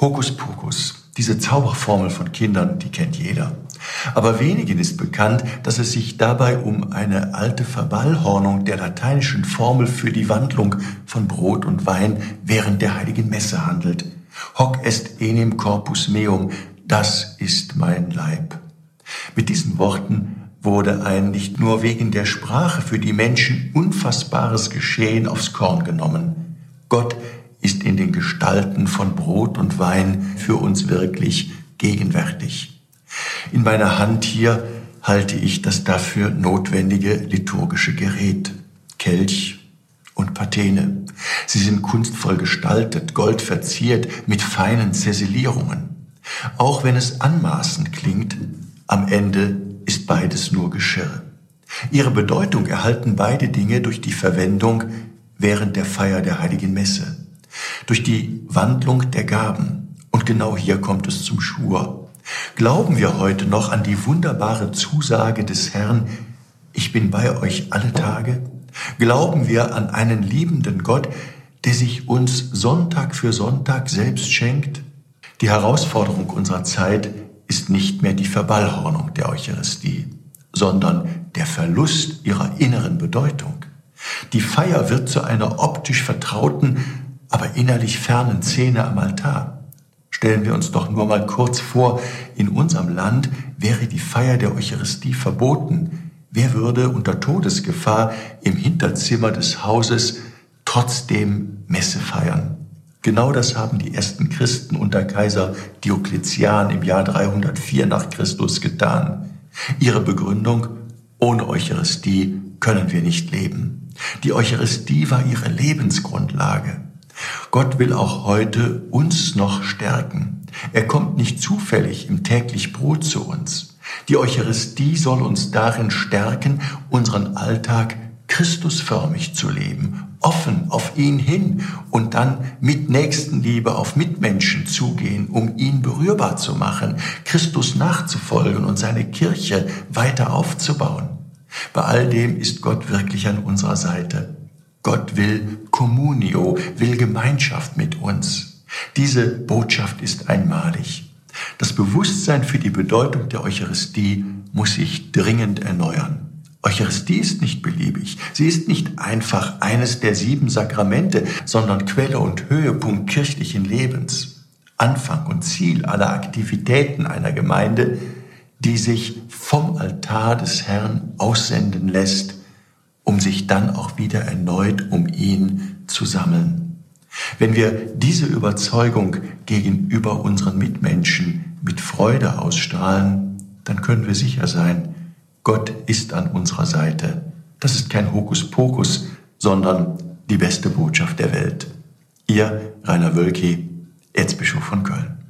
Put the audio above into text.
Hokuspokus, diese Zauberformel von Kindern, die kennt jeder. Aber wenigen ist bekannt, dass es sich dabei um eine alte Verballhornung der lateinischen Formel für die Wandlung von Brot und Wein während der heiligen Messe handelt. Hoc est enim corpus meum, das ist mein Leib. Mit diesen Worten wurde ein nicht nur wegen der Sprache für die Menschen unfassbares Geschehen aufs Korn genommen. Gott ist in den Gestalten von Brot und Wein für uns wirklich gegenwärtig. In meiner Hand hier halte ich das dafür notwendige liturgische Gerät, Kelch und Patene. Sie sind kunstvoll gestaltet, goldverziert, mit feinen Zäselierungen. Auch wenn es anmaßend klingt, am Ende ist beides nur Geschirr. Ihre Bedeutung erhalten beide Dinge durch die Verwendung während der Feier der heiligen Messe, durch die Wandlung der Gaben. Und genau hier kommt es zum Schwur. Glauben wir heute noch an die wunderbare Zusage des Herrn, ich bin bei euch alle Tage? Glauben wir an einen liebenden Gott, der sich uns Sonntag für Sonntag selbst schenkt? Die Herausforderung unserer Zeit ist nicht mehr die Verballhornung der Eucharistie, sondern der Verlust ihrer inneren Bedeutung. Die Feier wird zu einer optisch vertrauten, aber innerlich fernen Szene am Altar. Stellen wir uns doch nur mal kurz vor, in unserem Land wäre die Feier der Eucharistie verboten. Wer würde unter Todesgefahr im Hinterzimmer des Hauses trotzdem Messe feiern? Genau das haben die ersten Christen unter Kaiser Diokletian im Jahr 304 nach Christus getan. Ihre Begründung: ohne Eucharistie können wir nicht leben. Die Eucharistie war ihre Lebensgrundlage. Gott will auch heute uns noch stärken. Er kommt nicht zufällig im täglich Brot zu uns. Die Eucharistie soll uns darin stärken, unseren Alltag christusförmig zu leben, offen auf ihn hin und dann mit Nächstenliebe auf Mitmenschen zugehen, um ihn berührbar zu machen, Christus nachzufolgen und seine Kirche weiter aufzubauen. Bei all dem ist Gott wirklich an unserer Seite. Gott will Communio, will Gemeinschaft mit uns. Diese Botschaft ist einmalig. Das Bewusstsein für die Bedeutung der Eucharistie muss sich dringend erneuern. Eucharistie ist nicht beliebig. Sie ist nicht einfach eines der 7 Sakramente, sondern Quelle und Höhepunkt kirchlichen Lebens. Anfang und Ziel aller Aktivitäten einer Gemeinde, die sich vom Altar des Herrn aussenden lässt, um sich dann auch wieder erneut um ihn zu sammeln. Wenn wir diese Überzeugung gegenüber unseren Mitmenschen mit Freude ausstrahlen, dann können wir sicher sein, Gott ist an unserer Seite. Das ist kein Hokuspokus, sondern die beste Botschaft der Welt. Ihr Rainer Wölki, Erzbischof von Köln.